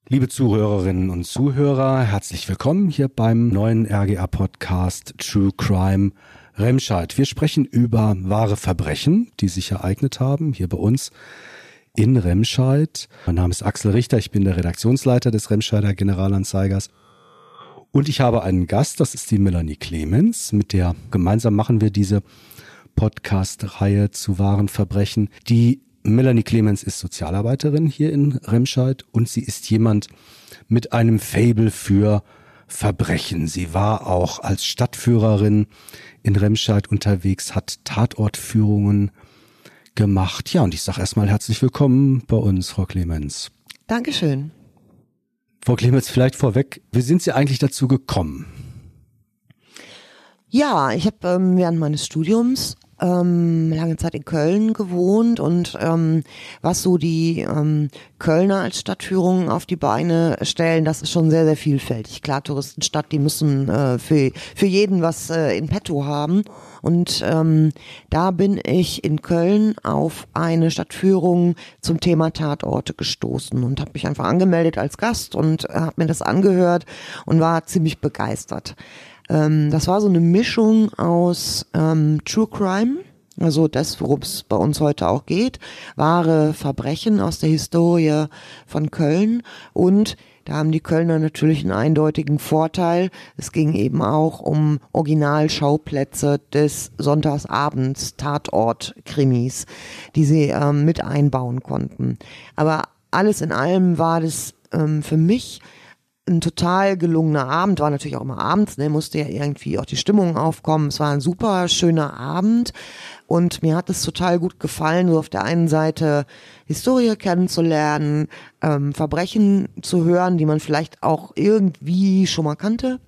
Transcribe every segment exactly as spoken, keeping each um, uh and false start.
Liebe Zuhörerinnen und Zuhörer, herzlich willkommen hier beim neuen R G A-Podcast True Crime Remscheid. Wir sprechen über wahre Verbrechen, die sich ereignet haben, hier bei uns in Remscheid. Mein Name ist Axel Richter, ich bin der Redaktionsleiter des Remscheider Generalanzeigers. Und ich habe einen Gast, das ist die Melanie Clemens, mit der gemeinsam machen wir diese Podcast-Reihe zu wahren Verbrechen. Die Melanie Clemens ist Sozialarbeiterin hier in Remscheid und sie ist jemand mit einem Faible für Verbrechen. Sie war auch als Stadtführerin in Remscheid unterwegs, hat Tatortführungen gemacht. Ja, und ich sage erstmal herzlich willkommen bei uns, Frau Clemens. Dankeschön. Frau Clemens, vielleicht vorweg, wie sind Sie eigentlich dazu gekommen? Ja, ich habe ähm, während meines Studiums ähm, lange Zeit in Köln gewohnt und ähm, was so die ähm, Kölner als Stadtführung auf die Beine stellen, das ist schon sehr, sehr vielfältig. Klar, Touristenstadt, die müssen äh, für für jeden was äh, in petto haben. Und ähm, da bin ich in Köln auf eine Stadtführung zum Thema Tatorte gestoßen und habe mich einfach angemeldet als Gast und habe mir das angehört und war ziemlich begeistert. Ähm, das war so eine Mischung aus ähm, True Crime, also das, worum es bei uns heute auch geht, wahre Verbrechen aus der Historie von Köln, und da haben die Kölner natürlich einen eindeutigen Vorteil. Es ging eben auch um Originalschauplätze des Sonntagsabends, Tatort-Krimis, die sie ähm, mit einbauen konnten. Aber alles in allem war das ähm, für mich ein total gelungener Abend, war natürlich auch immer abends, ne, musste ja irgendwie auch die Stimmung aufkommen. Es war ein super schöner Abend und mir hat es total gut gefallen, so auf der einen Seite Historie kennenzulernen, ähm, Verbrechen zu hören, die man vielleicht auch irgendwie schon mal kannte,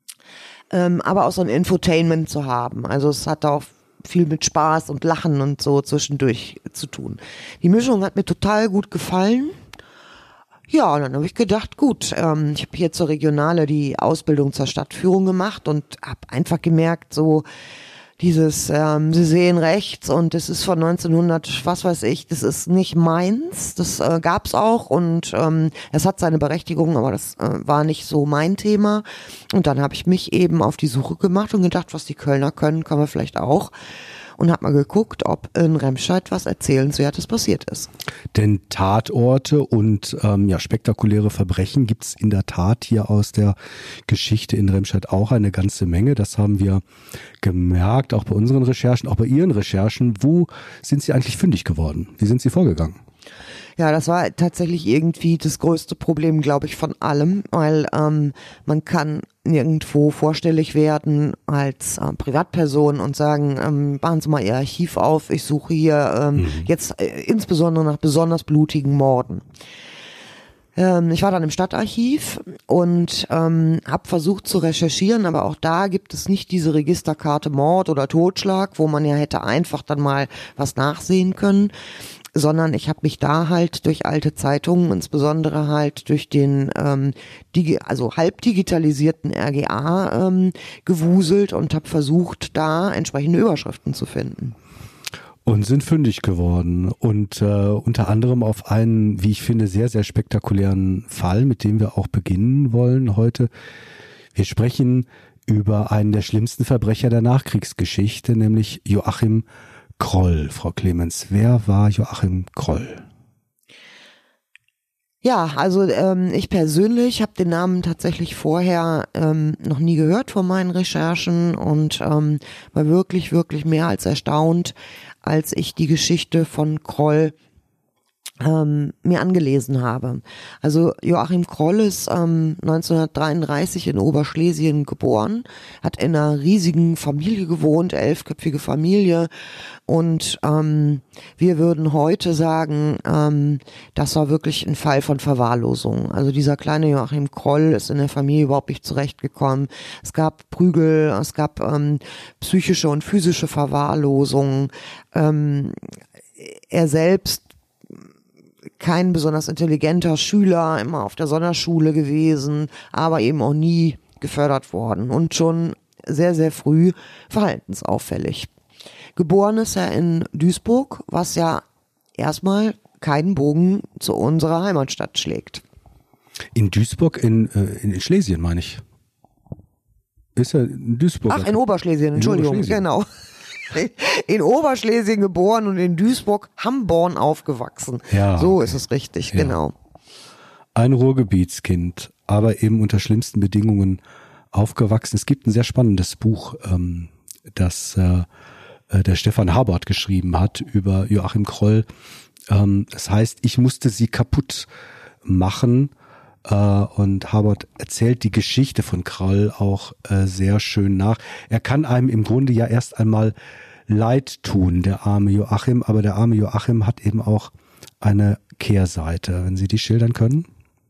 ähm, aber auch so ein Infotainment zu haben. Also es hat auch viel mit Spaß und Lachen und so zwischendurch zu tun. Die Mischung hat mir total gut gefallen. Ja, und dann habe ich gedacht, gut, ähm, ich habe hier zur Regionale die Ausbildung zur Stadtführung gemacht und habe einfach gemerkt, so dieses, ähm, Sie sehen rechts und das ist von neunzehnhundert, was weiß ich, das ist nicht meins, das äh, gab's auch und ähm, es hat seine Berechtigung, aber das äh, war nicht so mein Thema. Und dann habe ich mich eben auf die Suche gemacht und gedacht, was die Kölner können, können wir vielleicht auch. Und habe mal geguckt, ob in Remscheid was Erzählenswertes passiert ist. Denn Tatorte und ähm, ja spektakuläre Verbrechen gibt's in der Tat hier aus der Geschichte in Remscheid auch eine ganze Menge. Das haben wir gemerkt, auch bei unseren Recherchen, auch bei Ihren Recherchen. Wo sind Sie eigentlich fündig geworden? Wie sind Sie vorgegangen? Ja, das war tatsächlich irgendwie das größte Problem, glaube ich, von allem, weil ähm, man kann nirgendwo vorstellig werden als äh, Privatperson und sagen, ähm, machen Sie mal Ihr Archiv auf, ich suche hier ähm, mhm. jetzt äh, insbesondere nach besonders blutigen Morden. Ähm, ich war dann im Stadtarchiv und ähm, habe versucht zu recherchieren, aber auch da gibt es nicht diese Registerkarte Mord oder Totschlag, wo man ja hätte einfach dann mal was nachsehen können, sondern ich habe mich da halt durch alte Zeitungen, insbesondere halt durch den ähm, digi- also halb digitalisierten R G A ähm, gewuselt und habe versucht, da entsprechende Überschriften zu finden. Und sind fündig geworden und äh, unter anderem auf einen, wie ich finde, sehr, sehr spektakulären Fall, mit dem wir auch beginnen wollen heute. Wir sprechen über einen der schlimmsten Verbrecher der Nachkriegsgeschichte, nämlich Joachim Kroll. Frau Clemens, wer war Joachim Kroll? Ja, also ähm, ich persönlich habe den Namen tatsächlich vorher ähm, noch nie gehört von meinen Recherchen und ähm, war wirklich, wirklich mehr als erstaunt, als ich die Geschichte von Kroll ähm, mir angelesen habe. Also Joachim Kroll ist ähm, neunzehnhundertdreiunddreißig in Oberschlesien geboren, hat in einer riesigen Familie gewohnt, elfköpfige Familie, und ähm, wir würden heute sagen, ähm, das war wirklich ein Fall von Verwahrlosung. Also dieser kleine Joachim Kroll ist in der Familie überhaupt nicht zurechtgekommen. Es gab Prügel, es gab ähm, psychische und physische Verwahrlosung. Ähm, er selbst kein besonders intelligenter Schüler, immer auf der Sonderschule gewesen, aber eben auch nie gefördert worden und schon sehr, sehr früh verhaltensauffällig. Geboren ist er in Duisburg, was ja erstmal keinen Bogen zu unserer Heimatstadt schlägt. In Duisburg, in, in, in Schlesien, meine ich. Ist ja in Duisburg. Ach, in Oberschlesien, Entschuldigung, in Oberschlesien. Genau. In Oberschlesien geboren und in Duisburg-Hamborn aufgewachsen. Ja, so okay. Ist es richtig, ja. Genau. Ein Ruhrgebietskind, aber eben unter schlimmsten Bedingungen aufgewachsen. Es gibt ein sehr spannendes Buch, ähm, das äh, der Stefan Habort geschrieben hat über Joachim Kroll. Ähm, das heißt, ich musste sie kaputt machen. Äh, und Habort erzählt die Geschichte von Kroll auch äh, sehr schön nach. Er kann einem im Grunde ja erst einmal leid tun, der arme Joachim, aber der arme Joachim hat eben auch eine Kehrseite. Wenn Sie die schildern können?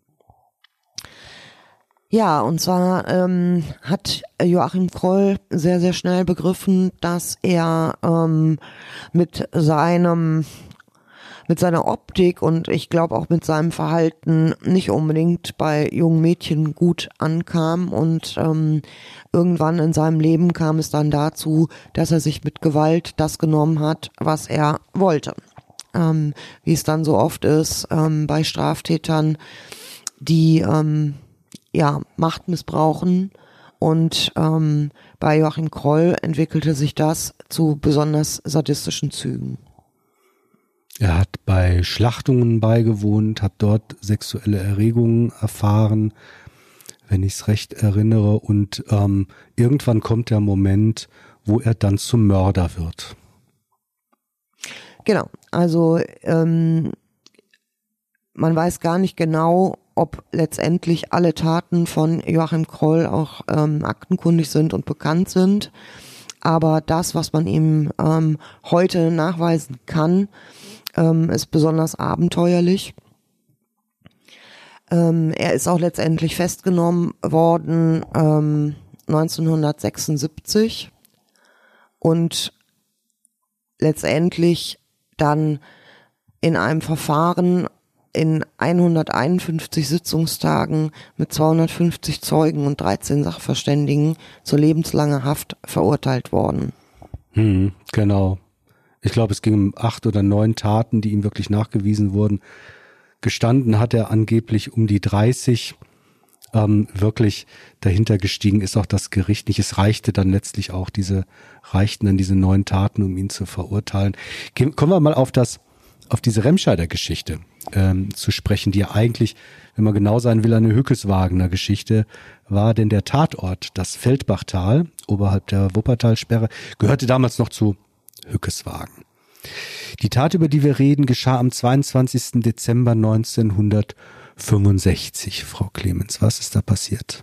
Ja, und zwar ähm, hat Joachim Kroll sehr, sehr schnell begriffen, dass er ähm, mit seinem, mit seiner Optik und ich glaube auch mit seinem Verhalten nicht unbedingt bei jungen Mädchen gut ankam und ähm, irgendwann in seinem Leben kam es dann dazu, dass er sich mit Gewalt das genommen hat, was er wollte. Ähm, wie es dann so oft ist ähm, bei Straftätern, die ähm, ja, Macht missbrauchen und ähm, bei Joachim Kroll entwickelte sich das zu besonders sadistischen Zügen. Er hat bei Schlachtungen beigewohnt, hat dort sexuelle Erregungen erfahren, wenn ich es recht erinnere, und ähm, irgendwann kommt der Moment, wo er dann zum Mörder wird. Genau, also ähm, man weiß gar nicht genau, ob letztendlich alle Taten von Joachim Kroll auch ähm, aktenkundig sind und bekannt sind. Aber das, was man ihm ähm, heute nachweisen kann, ähm, ist besonders abenteuerlich. Ähm, er ist auch letztendlich festgenommen worden ähm, neunzehnhundertsechsundsiebzig und letztendlich dann in einem Verfahren in hunderteinundfünfzig Sitzungstagen mit zweihundertfünfzig Zeugen und dreizehn Sachverständigen zur lebenslanger Haft verurteilt worden. Hm, genau. Ich glaube, es ging um acht oder neun Taten, die ihm wirklich nachgewiesen wurden. Gestanden hat er angeblich um die dreißig. Ähm, wirklich dahinter gestiegen ist auch das Gericht nicht. Es reichte dann letztlich auch diese, reichten dann diese neun Taten, um ihn zu verurteilen. Ge- kommen wir mal auf das, auf diese Remscheider Geschichte ähm, zu sprechen, die ja eigentlich, wenn man genau sein will, eine Hückeswagener Geschichte war, denn der Tatort, das Feldbachtal, oberhalb der Wuppertalsperre, gehörte damals noch zu Hückeswagen. Die Tat, über die wir reden, geschah am zweiundzwanzigsten Dezember neunzehnhundertfünfundsechzig. Frau Clemens, was ist da passiert?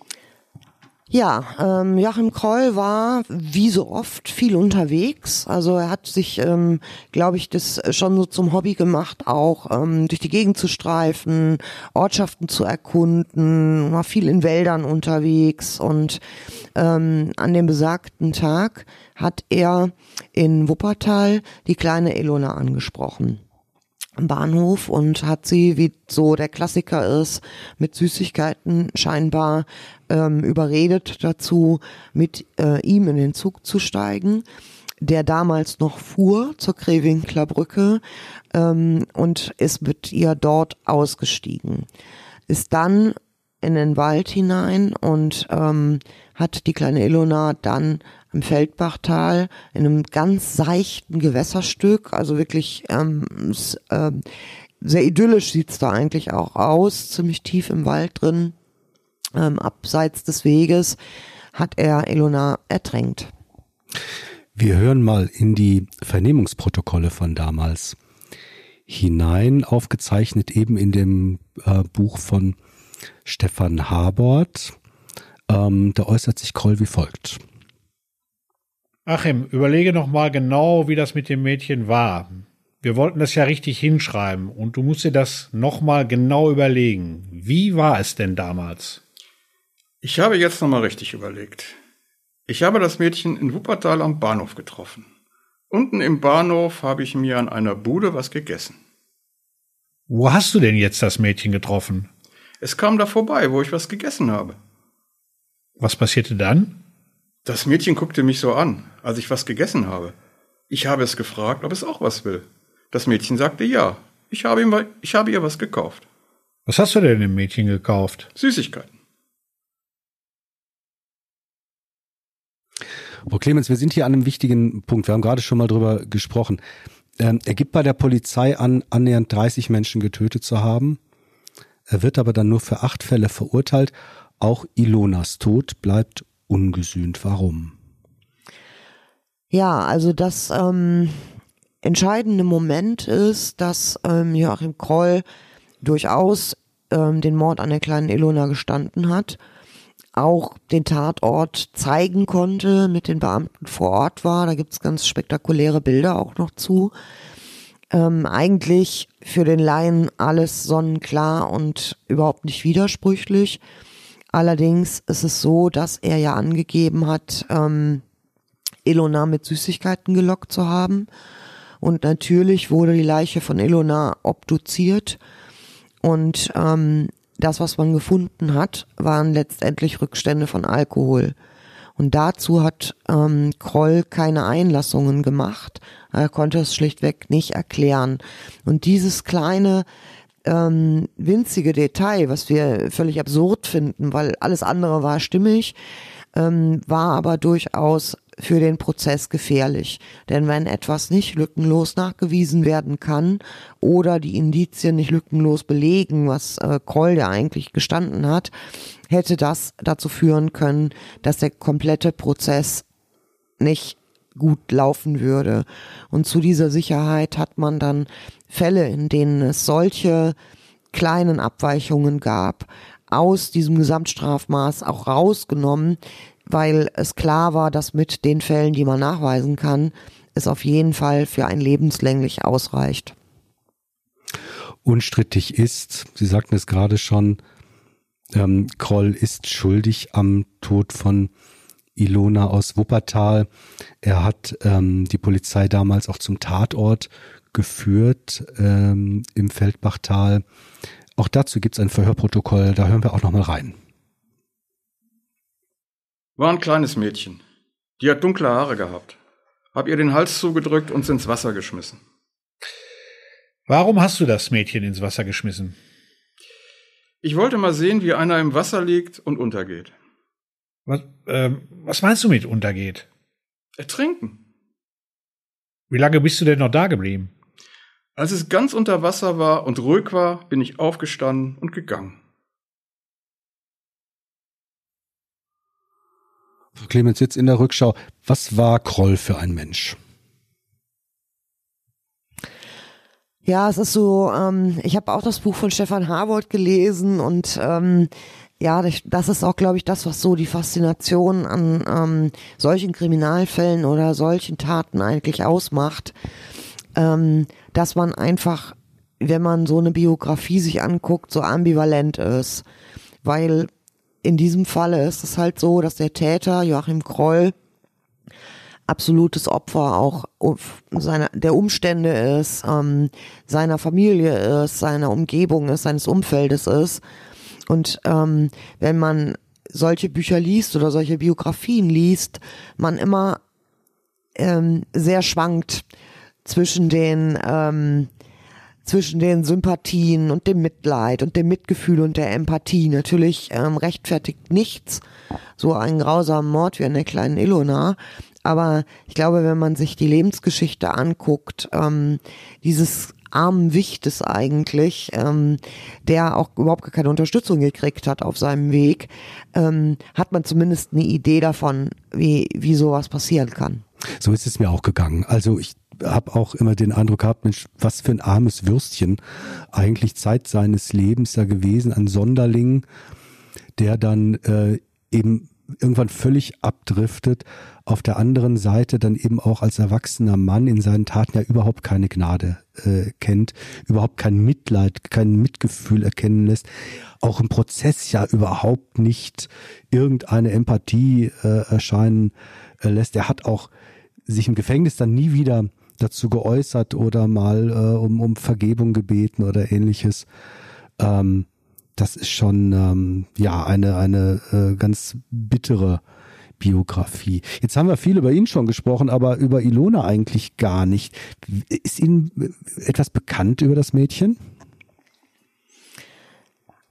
Ja, ähm, Joachim Kroll war wie so oft viel unterwegs. Also er hat sich, ähm, glaube ich, das schon so zum Hobby gemacht, auch ähm, durch die Gegend zu streifen, Ortschaften zu erkunden, war viel in Wäldern unterwegs. Und ähm, an dem besagten Tag hat er in Wuppertal die kleine Elona angesprochen am Bahnhof und hat sie, wie so der Klassiker ist, mit Süßigkeiten scheinbar ähm, überredet dazu, mit äh, ihm in den Zug zu steigen, der damals noch fuhr zur Krewinkler Brücke ähm, und ist mit ihr dort ausgestiegen. Ist dann in den Wald hinein und ähm, hat die kleine Elona dann im Feldbachtal in einem ganz seichten Gewässerstück, also wirklich ähm, s- ähm, sehr idyllisch sieht's da eigentlich auch aus, ziemlich tief im Wald drin, ähm, abseits des Weges, hat er Elona ertränkt. Wir hören mal in die Vernehmungsprotokolle von damals hinein, aufgezeichnet eben in dem äh, Buch von Stefan Habort. Ähm, da äußert sich Kroll wie folgt. Achim, überlege noch mal genau, wie das mit dem Mädchen war. Wir wollten das ja richtig hinschreiben und du musst dir das noch mal genau überlegen. Wie war es denn damals? Ich habe jetzt noch mal richtig überlegt. Ich habe das Mädchen in Wuppertal am Bahnhof getroffen. Unten im Bahnhof habe ich mir an einer Bude was gegessen. Wo hast du denn jetzt das Mädchen getroffen? Es kam da vorbei, wo ich was gegessen habe. Was passierte dann? Das Mädchen guckte mich so an, als ich was gegessen habe. Ich habe es gefragt, ob es auch was will. Das Mädchen sagte ja. Ich habe, ihm, ich habe ihr was gekauft. Was hast du denn dem Mädchen gekauft? Süßigkeiten. Frau Clemens, wir sind hier an einem wichtigen Punkt. Wir haben gerade schon mal drüber gesprochen. Ähm, er gibt bei der Polizei an, annähernd dreißig Menschen getötet zu haben. Er wird aber dann nur für acht Fälle verurteilt. Auch Ilonas Tod bleibt ungesühnt. Warum? Ja, also das ähm, entscheidende Moment ist, dass ähm, Joachim Kroll durchaus ähm, den Mord an der kleinen Ilona gestanden hat, auch den Tatort zeigen konnte, mit den Beamten vor Ort war. Da gibt's ganz spektakuläre Bilder auch noch zu. Ähm, eigentlich für den Laien alles sonnenklar und überhaupt nicht widersprüchlich. Allerdings ist es so, dass er ja angegeben hat, ähm, Ilona mit Süßigkeiten gelockt zu haben. Und natürlich wurde die Leiche von Ilona obduziert. Und ähm, das, was man gefunden hat, waren letztendlich Rückstände von Alkohol. Und dazu hat ähm, Kroll keine Einlassungen gemacht. Er konnte es schlichtweg nicht erklären. Und dieses kleine, ähm, winzige Detail, was wir völlig absurd finden, weil alles andere war stimmig, ähm, war aber durchaus für den Prozess gefährlich. Denn wenn etwas nicht lückenlos nachgewiesen werden kann oder die Indizien nicht lückenlos belegen, was äh, Kroll ja eigentlich gestanden hat, hätte das dazu führen können, dass der komplette Prozess nicht gut laufen würde. Und zu dieser Sicherheit hat man dann Fälle, in denen es solche kleinen Abweichungen gab, aus diesem Gesamtstrafmaß auch rausgenommen, weil es klar war, dass mit den Fällen, die man nachweisen kann, es auf jeden Fall für ein lebenslänglich ausreicht. Unstrittig ist, Sie sagten es gerade schon, ähm, Kroll ist schuldig am Tod von Ilona aus Wuppertal. Er hat ähm, die Polizei damals auch zum Tatort geführt ähm, im Feldbachtal. Auch dazu gibt es ein Verhörprotokoll, da hören wir auch noch mal rein. War ein kleines Mädchen. Die hat dunkle Haare gehabt. Hab ihr den Hals zugedrückt und sie ins Wasser geschmissen. Warum hast du das Mädchen ins Wasser geschmissen? Ich wollte mal sehen, wie einer im Wasser liegt und untergeht. Was, ähm, was meinst du mit untergeht? Ertrinken. Wie lange bist du denn noch da geblieben? Als es ganz unter Wasser war und ruhig war, bin ich aufgestanden und gegangen. Frau Clemens, jetzt in der Rückschau, was war Kroll für ein Mensch? Ja, es ist so, ähm, ich habe auch das Buch von Stefan Harwold gelesen und ähm, ja, das ist auch, glaube ich, das, was so die Faszination an ähm, solchen Kriminalfällen oder solchen Taten eigentlich ausmacht, ähm, dass man einfach, wenn man so eine Biografie sich anguckt, so ambivalent ist, weil in diesem Falle ist es halt so, dass der Täter, Joachim Kroll, absolutes Opfer auch seiner, der Umstände ist, ähm, seiner Familie ist, seiner Umgebung ist, seines Umfeldes ist. Und ähm, wenn man solche Bücher liest oder solche Biografien liest, man immer ähm, sehr schwankt zwischen den ähm, zwischen den Sympathien und dem Mitleid und dem Mitgefühl und der Empathie. Natürlich ähm, rechtfertigt nichts so einen grausamen Mord wie an der kleinen Ilona. Aber ich glaube, wenn man sich die Lebensgeschichte anguckt, ähm, dieses armen Wichtes eigentlich, ähm, der auch überhaupt gar keine Unterstützung gekriegt hat auf seinem Weg, ähm, hat man zumindest eine Idee davon, wie, wie sowas passieren kann. So ist es mir auch gegangen. Also ich habe auch immer den Eindruck gehabt, Mensch, was für ein armes Würstchen eigentlich Zeit seines Lebens ja gewesen, ein Sonderling, der dann äh, eben irgendwann völlig abdriftet, auf der anderen Seite dann eben auch als erwachsener Mann in seinen Taten ja überhaupt keine Gnade äh, kennt, überhaupt kein Mitleid, kein Mitgefühl erkennen lässt, auch im Prozess ja überhaupt nicht irgendeine Empathie äh, erscheinen äh, lässt. Er hat auch sich im Gefängnis dann nie wieder dazu geäußert oder mal äh, um, um Vergebung gebeten oder ähnliches. Ähm, das ist schon ähm, ja eine eine äh, ganz bittere Biografie. Jetzt haben wir viel über ihn schon gesprochen, aber über Ilona eigentlich gar nicht. Ist Ihnen etwas bekannt über das Mädchen?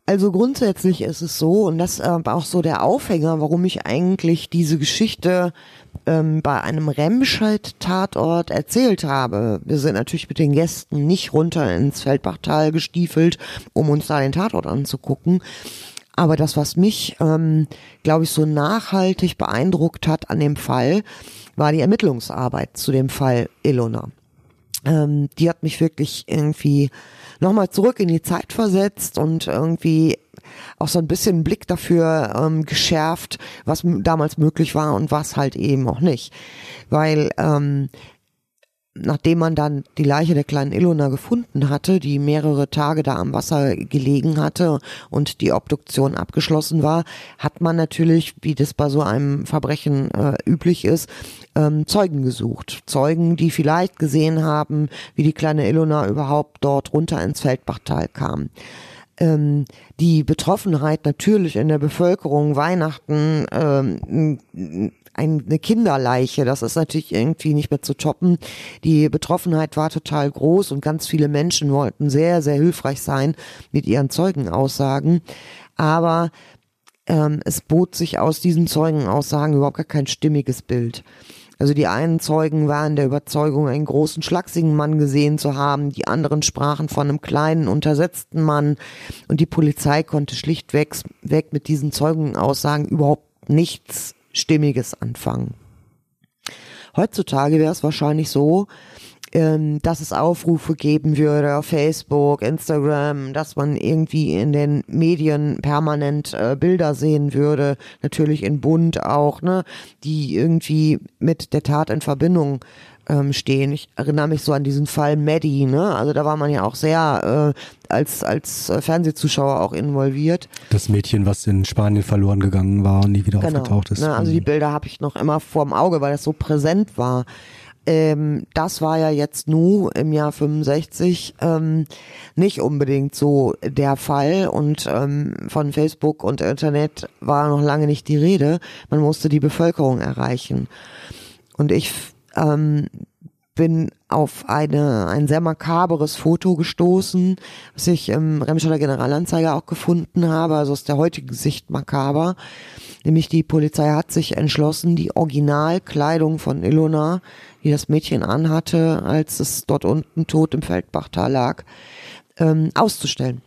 Also grundsätzlich ist es so, und das äh, war auch so der Aufhänger, warum ich eigentlich diese Geschichte ähm, bei einem Remscheid-Tatort erzählt habe. Wir sind natürlich mit den Gästen nicht runter ins Feldbachtal gestiefelt, um uns da den Tatort anzugucken. Aber das, was mich, ähm, glaube ich, so nachhaltig beeindruckt hat an dem Fall, war die Ermittlungsarbeit zu dem Fall Ilona. Ähm, die hat mich wirklich irgendwie nochmal zurück in die Zeit versetzt und irgendwie auch so ein bisschen einen Blick dafür ähm, geschärft, was m- damals möglich war und was halt eben auch nicht. Weil ähm, nachdem man dann die Leiche der kleinen Ilona gefunden hatte, die mehrere Tage da am Wasser gelegen hatte und die Obduktion abgeschlossen war, hat man natürlich, wie das bei so einem Verbrechen äh, üblich ist, ähm, Zeugen gesucht. Zeugen, die vielleicht gesehen haben, wie die kleine Ilona überhaupt dort runter ins Feldbachtal kam. Ähm, die Betroffenheit natürlich in der Bevölkerung, Weihnachten, ähm, eine Kinderleiche, das ist natürlich irgendwie nicht mehr zu toppen. Die Betroffenheit war total groß und ganz viele Menschen wollten sehr, sehr hilfreich sein mit ihren Zeugenaussagen. Aber ähm, es bot sich aus diesen Zeugenaussagen überhaupt gar kein stimmiges Bild. Also die einen Zeugen waren der Überzeugung, einen großen, schlachsigen Mann gesehen zu haben. Die anderen sprachen von einem kleinen, untersetzten Mann. Und die Polizei konnte schlichtweg weg mit diesen Zeugenaussagen überhaupt nichts Stimmiges anfangen. Heutzutage wäre es wahrscheinlich so, ähm, dass es Aufrufe geben würde auf Facebook, Instagram, dass man irgendwie in den Medien permanent äh, Bilder sehen würde, natürlich in bunt auch, ne, die irgendwie mit der Tat in Verbindung ähm, stehen. Ich erinnere mich so an diesen Fall Maddie, ne, also da war man ja auch sehr äh, als als äh, Fernsehzuschauer auch involviert. Das Mädchen, was in Spanien verloren gegangen war und nie wieder Genau, aufgetaucht ist. ne, also die Bilder habe ich noch immer vorm Auge, weil das so präsent war. Ähm, das war ja jetzt nur im Jahr fünfundsechzig ähm, nicht unbedingt so der Fall und ähm, von Facebook und Internet war noch lange nicht die Rede. Man musste die Bevölkerung erreichen. Und ich ähm, bin auf eine ein sehr makaberes Foto gestoßen, was ich im Remscheider Generalanzeiger auch gefunden habe, also aus der heutigen Sicht makaber. Nämlich die Polizei hat sich entschlossen, die Originalkleidung von Ilona, die das Mädchen anhatte, als es dort unten tot im Feldbachtal lag, ähm, auszustellen.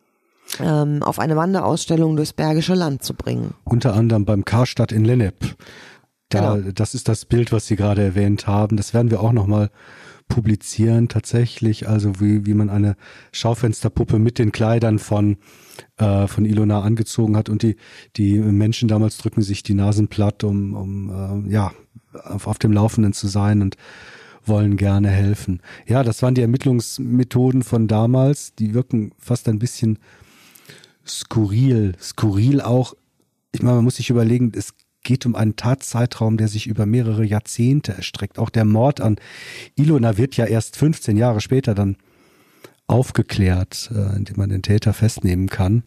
Ähm, auf eine Wanderausstellung durchs Bergische Land zu bringen. Unter anderem beim Karstadt in Lennep. Da, Genau. Das ist das Bild, was Sie gerade erwähnt haben. Das werden wir auch nochmal publizieren tatsächlich. Also wie, wie man eine Schaufensterpuppe mit den Kleidern von äh, von Ilona angezogen hat und die die Menschen damals drücken sich die Nasen platt, um, um äh, ja auf, auf dem Laufenden zu sein und wollen gerne helfen. Ja, das waren die Ermittlungsmethoden von damals. Die wirken fast ein bisschen skurril. Skurril auch. Ich meine, man muss sich überlegen, es geht um einen Tatzeitraum, der sich über mehrere Jahrzehnte erstreckt. Auch der Mord an Ilona wird ja erst fünfzehn Jahre später dann aufgeklärt, äh, indem man den Täter festnehmen kann.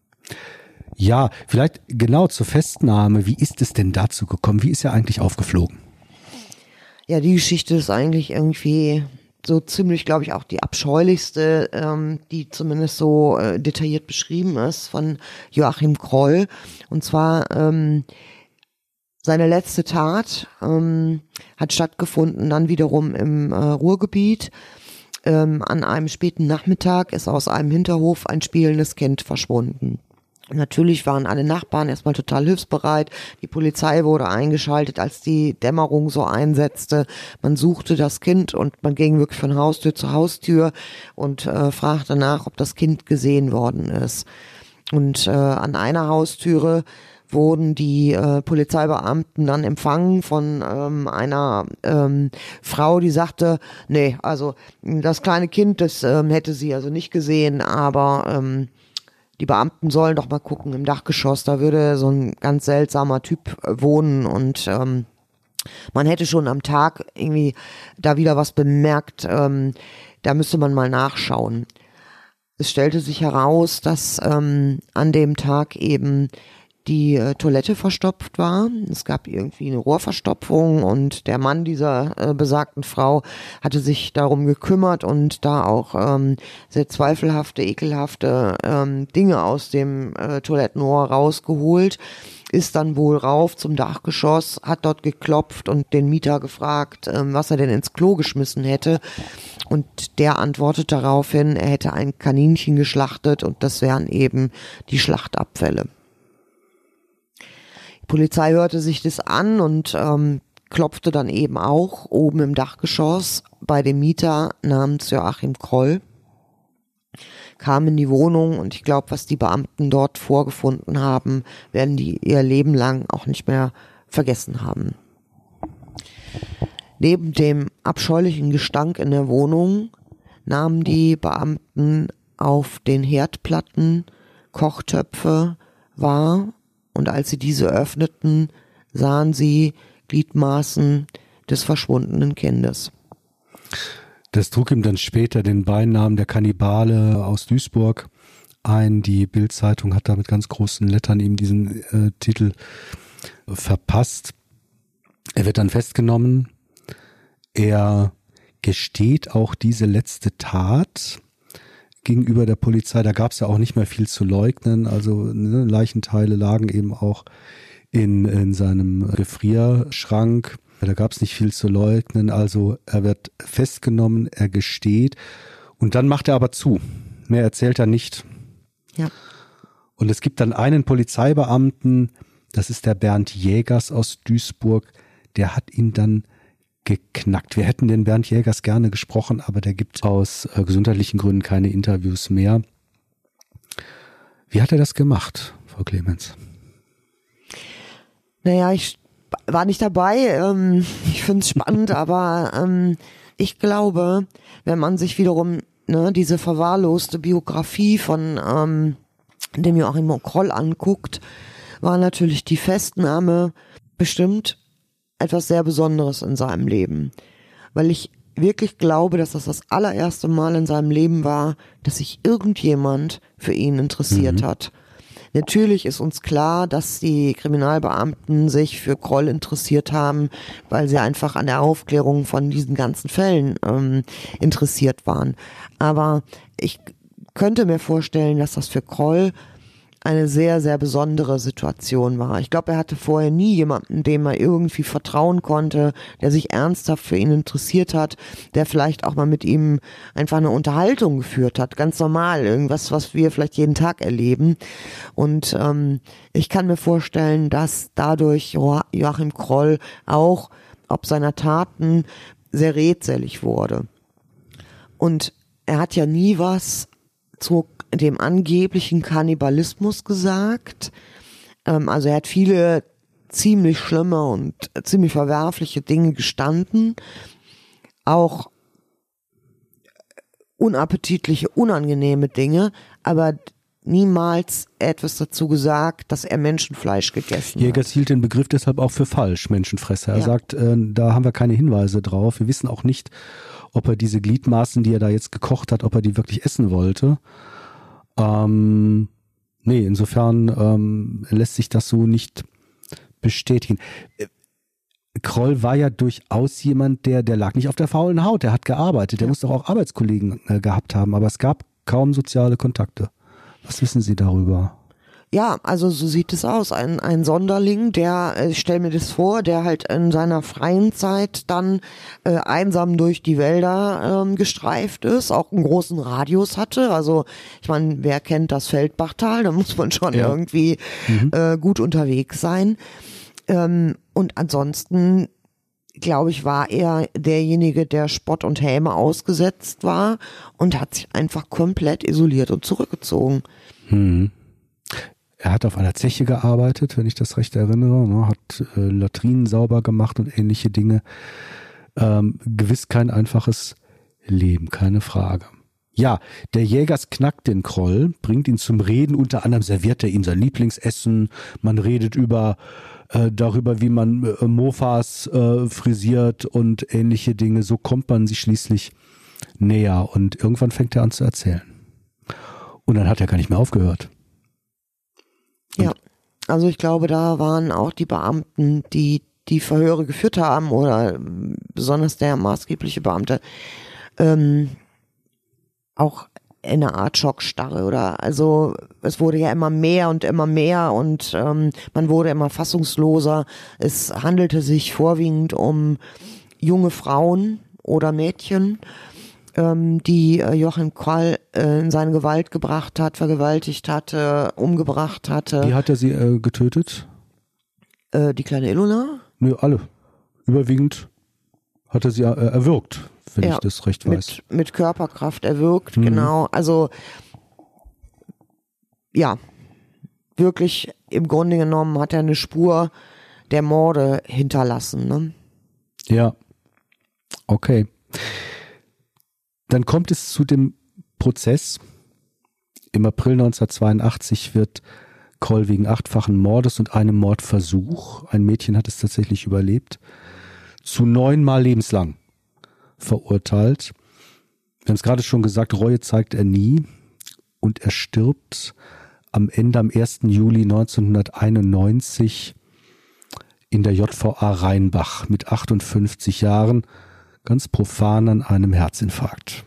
Ja, vielleicht genau zur Festnahme. Wie ist es denn dazu gekommen? Wie ist er eigentlich aufgeflogen? Ja, die Geschichte ist eigentlich irgendwie so ziemlich, glaube ich, auch die abscheulichste, ähm, die zumindest so äh, detailliert beschrieben ist von Joachim Kroll. Und zwar ähm, seine letzte Tat ähm, hat stattgefunden dann wiederum im äh, Ruhrgebiet. Ähm, an einem späten Nachmittag ist aus einem Hinterhof ein spielendes Kind verschwunden. Natürlich waren alle Nachbarn erstmal total hilfsbereit. Die Polizei wurde eingeschaltet, als die Dämmerung so einsetzte. Man suchte das Kind und man ging wirklich von Haustür zu Haustür und äh, fragte nach, ob das Kind gesehen worden ist. Und äh, an einer Haustüre wurden die äh, Polizeibeamten dann empfangen von ähm, einer ähm, Frau, die sagte, nee, also das kleine Kind, das ähm, hätte sie also nicht gesehen, aber ähm, die Beamten sollen doch mal gucken im Dachgeschoss, da würde so ein ganz seltsamer Typ wohnen und ähm, man hätte schon am Tag irgendwie da wieder was bemerkt, ähm, da müsste man mal nachschauen. Es stellte sich heraus, dass ähm, an dem Tag eben die äh, Toilette verstopft war. Es gab irgendwie eine Rohrverstopfung und der Mann dieser äh, besagten Frau hatte sich darum gekümmert und da auch ähm, sehr zweifelhafte, ekelhafte ähm, Dinge aus dem äh, Toilettenrohr rausgeholt, ist dann wohl rauf zum Dachgeschoss, hat dort geklopft und den Mieter gefragt, ähm, was er denn ins Klo geschmissen hätte. Und der antwortet daraufhin, er hätte ein Kaninchen geschlachtet und das wären eben die Schlachtabfälle. Die Polizei hörte sich das an und ähm, klopfte dann eben auch oben im Dachgeschoss bei dem Mieter namens Joachim Kroll, kam in die Wohnung und ich glaube, was die Beamten dort vorgefunden haben, werden die ihr Leben lang auch nicht mehr vergessen haben. Neben dem abscheulichen Gestank in der Wohnung nahmen die Beamten auf den Herdplatten Kochtöpfe wahr und als sie diese öffneten, sahen sie Gliedmaßen des verschwundenen Kindes. Das trug ihm dann später den Beinamen der Kannibale aus Duisburg ein. Die Bild-Zeitung hat da mit ganz großen Lettern ihm diesen äh, Titel verpasst. Er wird dann festgenommen. Er gesteht auch diese letzte Tat gegenüber der Polizei. Da gab es ja auch nicht mehr viel zu leugnen. Also ne, Leichenteile lagen eben auch in, in seinem Gefrierschrank. Da gab es nicht viel zu leugnen. Also er wird festgenommen, er gesteht und dann macht er aber zu. Mehr erzählt er nicht. Ja. Und es gibt dann einen Polizeibeamten, das ist der Bernd Jägers aus Duisburg, der hat ihn dann geknackt. Wir hätten den Bernd Jägers gerne gesprochen, aber der gibt aus äh, gesundheitlichen Gründen keine Interviews mehr. Wie hat er das gemacht, Frau Clemens? Naja, ich war nicht dabei. Ähm, ich finde es spannend, aber ähm, ich glaube, wenn man sich wiederum ne, diese verwahrloste Biografie von ähm, dem Joachim Kroll anguckt, war natürlich die Festnahme bestimmt etwas sehr Besonderes in seinem Leben. Weil ich wirklich glaube, dass das das allererste Mal in seinem Leben war, dass sich irgendjemand für ihn interessiert mhm. hat. Natürlich ist uns klar, dass die Kriminalbeamten sich für Kroll interessiert haben, weil sie einfach an der Aufklärung von diesen ganzen Fällen ähm, interessiert waren. Aber ich könnte mir vorstellen, dass das für Kroll eine sehr, sehr besondere Situation war. Ich glaube, er hatte vorher nie jemanden, dem er irgendwie vertrauen konnte, der sich ernsthaft für ihn interessiert hat, der vielleicht auch mal mit ihm einfach eine Unterhaltung geführt hat, ganz normal, irgendwas, was wir vielleicht jeden Tag erleben. Und ähm, ich kann mir vorstellen, dass dadurch jo- Joachim Kroll auch ob seiner Taten sehr redselig wurde. Und er hat ja nie was zu dem angeblichen Kannibalismus gesagt. Ähm, also er hat viele ziemlich schlimme und ziemlich verwerfliche Dinge gestanden. Auch unappetitliche, unangenehme Dinge, aber niemals etwas dazu gesagt, dass er Menschenfleisch gegessen Jägers hat. hielt den Begriff deshalb auch für falsch, Menschenfresser. Er Ja. sagt, äh, da haben wir keine Hinweise drauf. Wir wissen auch nicht, ob er diese Gliedmaßen, die er da jetzt gekocht hat, ob er die wirklich essen wollte. Ähm, nee, insofern ähm, lässt sich das so nicht bestätigen. Äh, Kroll war ja durchaus jemand, der, der lag nicht auf der faulen Haut, der hat gearbeitet, der Ja. muss doch auch Arbeitskollegen äh, gehabt haben, aber es gab kaum soziale Kontakte. Was wissen Sie darüber? Ja, also so sieht es aus. Ein, ein Sonderling, der, äh, ich stelle mir das vor, der halt in seiner freien Zeit dann äh, einsam durch die Wälder ähm, gestreift ist, auch einen großen Radius hatte. Also ich meine, wer kennt das Feldbachtal? Da muss man schon Ja. irgendwie Mhm. äh, gut unterwegs sein. Ähm, und ansonsten, glaube ich, war er derjenige, der Spott und Häme ausgesetzt war und hat sich einfach komplett isoliert und zurückgezogen. Hm. Er hat auf einer Zeche gearbeitet, wenn ich das recht erinnere, ne, hat äh, Latrinen sauber gemacht und ähnliche Dinge. Ähm, gewiss kein einfaches Leben, keine Frage. Ja, der Jägers knackt den Kroll, bringt ihn zum Reden, unter anderem serviert er ihm sein Lieblingsessen, man redet über äh, darüber, wie man äh, Mofas äh, frisiert und ähnliche Dinge. So kommt man sich schließlich näher und irgendwann fängt er an zu erzählen. Und dann hat er gar nicht mehr aufgehört. Ja. Also ich glaube, da waren auch die Beamten, die die Verhöre geführt haben oder besonders der maßgebliche Beamte, ähm, auch in einer Art Schockstarre oder also es wurde ja immer mehr und immer mehr und ähm, man wurde immer fassungsloser. Es handelte sich vorwiegend um junge Frauen oder Mädchen, ähm, die äh, Joachim Kroll äh, in seine Gewalt gebracht hat, vergewaltigt hatte, umgebracht hatte. Wie hat er sie äh, getötet? Äh, die kleine Ilona? Nö, alle. Überwiegend hat er sie äh, erwürgt, wenn Ja, ich das recht weiß. Mit, mit Körperkraft erwürgt, Mhm. genau. Also ja, wirklich im Grunde genommen hat er eine Spur der Morde hinterlassen. Ne? Ja, okay. Dann kommt es zu dem Prozess. Im April neunzehnhundertzweiundachtzig wird Kroll wegen achtfachen Mordes und einem Mordversuch, ein Mädchen hat es tatsächlich überlebt, zu neunmal lebenslang verurteilt. Wir haben es gerade schon gesagt, Reue zeigt er nie und er stirbt am Ende am ersten Juli neunzehnhunderteinundneunzig in der J V A Rheinbach mit achtundfünfzig Jahren, ganz profan an einem Herzinfarkt.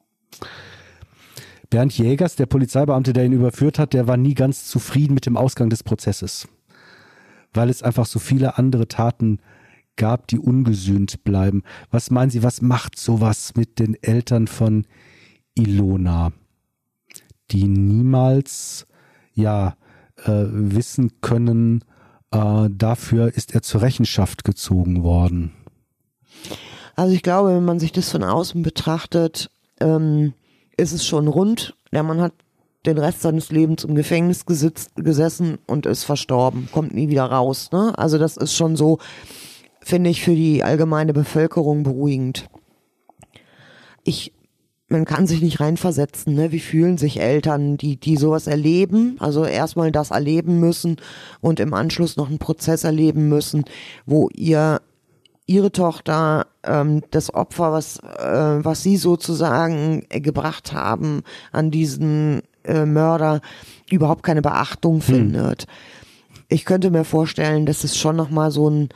Bernd Jägers, der Polizeibeamte, der ihn überführt hat, der war nie ganz zufrieden mit dem Ausgang des Prozesses, weil es einfach so viele andere Taten gab, die ungesühnt bleiben. Was meinen Sie, was macht sowas mit den Eltern von Ilona, die niemals ja äh, wissen können, äh, dafür ist er zur Rechenschaft gezogen worden? Also ich glaube, wenn man sich das von außen betrachtet, ähm, ist es schon rund. Der Mann hat den Rest seines Lebens im Gefängnis gesitzt, gesessen und ist verstorben, kommt nie wieder raus. Ne? Also das ist schon so, finde ich, für die allgemeine Bevölkerung beruhigend. Ich, man kann sich nicht reinversetzen, ne? Wie fühlen sich Eltern, die, die sowas erleben, also erstmal das erleben müssen und im Anschluss noch einen Prozess erleben müssen, wo ihr ihre Tochter, ähm, das Opfer, was, äh, was sie sozusagen äh, gebracht haben an diesen äh, Mörder, überhaupt keine Beachtung hm. findet. Ich könnte mir vorstellen, dass es schon nochmal so ein,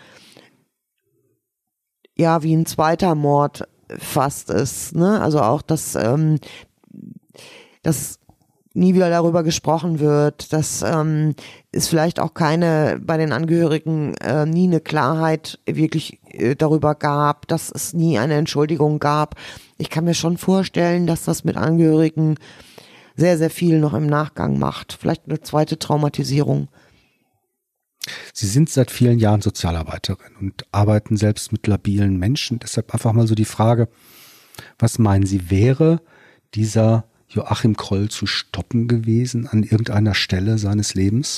ja, wie ein zweiter Mord fast ist, ne? Also auch, dass, ähm, dass nie wieder darüber gesprochen wird, dass ähm, es vielleicht auch keine, bei den Angehörigen äh, nie eine Klarheit wirklich äh, darüber gab, dass es nie eine Entschuldigung gab. Ich kann mir schon vorstellen, dass das mit Angehörigen sehr, sehr viel noch im Nachgang macht. Vielleicht eine zweite Traumatisierung. Sie sind seit vielen Jahren Sozialarbeiterin und arbeiten selbst mit labilen Menschen. Deshalb einfach mal so die Frage, was meinen Sie, wäre dieser Joachim Kroll zu stoppen gewesen an irgendeiner Stelle seines Lebens?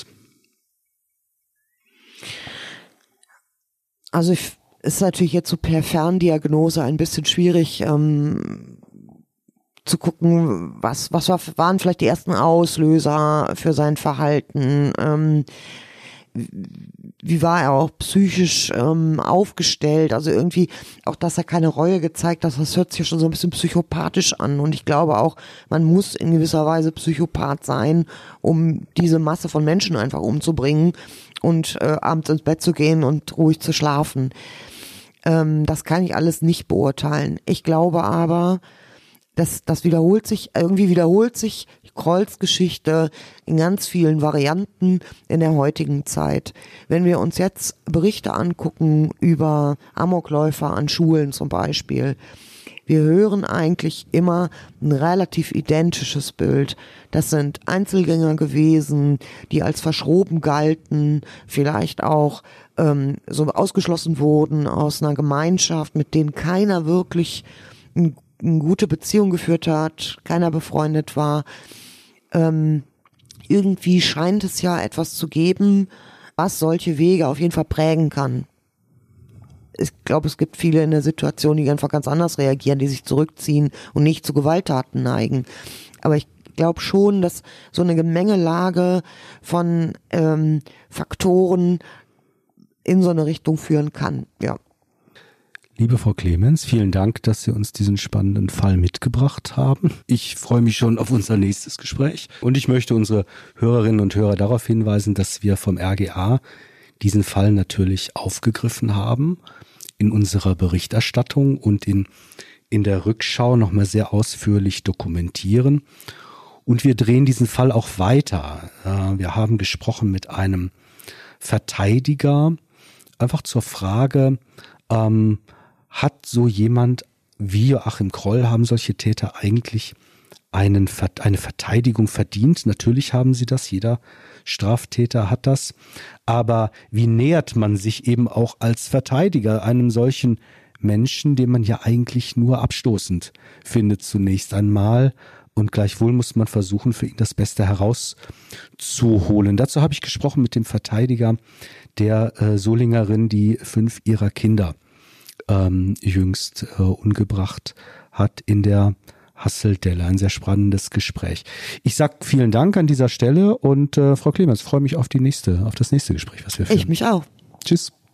Also ich, ist natürlich jetzt so per Ferndiagnose ein bisschen schwierig ähm, zu gucken, was, was war, waren vielleicht die ersten Auslöser für sein Verhalten, ähm, wie war er auch psychisch ähm, aufgestellt, also irgendwie auch, dass er keine Reue gezeigt hat, das hört sich ja schon so ein bisschen psychopathisch an und ich glaube auch, man muss in gewisser Weise Psychopath sein, um diese Masse von Menschen einfach umzubringen und äh, abends ins Bett zu gehen und ruhig zu schlafen. Ähm, das kann ich alles nicht beurteilen. Ich glaube aber, Das, das wiederholt sich, irgendwie wiederholt sich Krolls Geschichte in ganz vielen Varianten in der heutigen Zeit. Wenn wir uns jetzt Berichte angucken über Amokläufer an Schulen zum Beispiel, wir hören eigentlich immer ein relativ identisches Bild. Das sind Einzelgänger gewesen, die als verschroben galten, vielleicht auch ähm, so ausgeschlossen wurden aus einer Gemeinschaft, mit denen keiner wirklich ein eine gute Beziehung geführt hat, keiner befreundet war. Ähm, irgendwie scheint es ja etwas zu geben, was solche Wege auf jeden Fall prägen kann. Ich glaube, es gibt viele in der Situation, die einfach ganz anders reagieren, die sich zurückziehen und nicht zu Gewalttaten neigen. Aber ich glaube schon, dass so eine Gemengelage von ähm, Faktoren in so eine Richtung führen kann, ja. Liebe Frau Clemens, vielen Dank, dass Sie uns diesen spannenden Fall mitgebracht haben. Ich freue mich schon auf unser nächstes Gespräch und ich möchte unsere Hörerinnen und Hörer darauf hinweisen, dass wir vom R G A diesen Fall natürlich aufgegriffen haben in unserer Berichterstattung und in, in der Rückschau nochmal sehr ausführlich dokumentieren. Und wir drehen diesen Fall auch weiter. Wir haben gesprochen mit einem Verteidiger, einfach zur Frage, ähm, hat so jemand wie Joachim Kroll, haben solche Täter eigentlich einen, eine Verteidigung verdient? Natürlich haben sie das, jeder Straftäter hat das. Aber wie nähert man sich eben auch als Verteidiger einem solchen Menschen, den man ja eigentlich nur abstoßend findet zunächst einmal? Und gleichwohl muss man versuchen, für ihn das Beste herauszuholen. Dazu habe ich gesprochen mit dem Verteidiger der äh, Solingerin, die fünf ihrer Kinder ähm, jüngst äh, umgebracht hat in der Hasseldelle. Ein sehr spannendes Gespräch. Ich sage vielen Dank an dieser Stelle und äh, Frau Clemens, freue mich auf die nächste, auf das nächste Gespräch, was wir führen. Ich mich auch. Tschüss.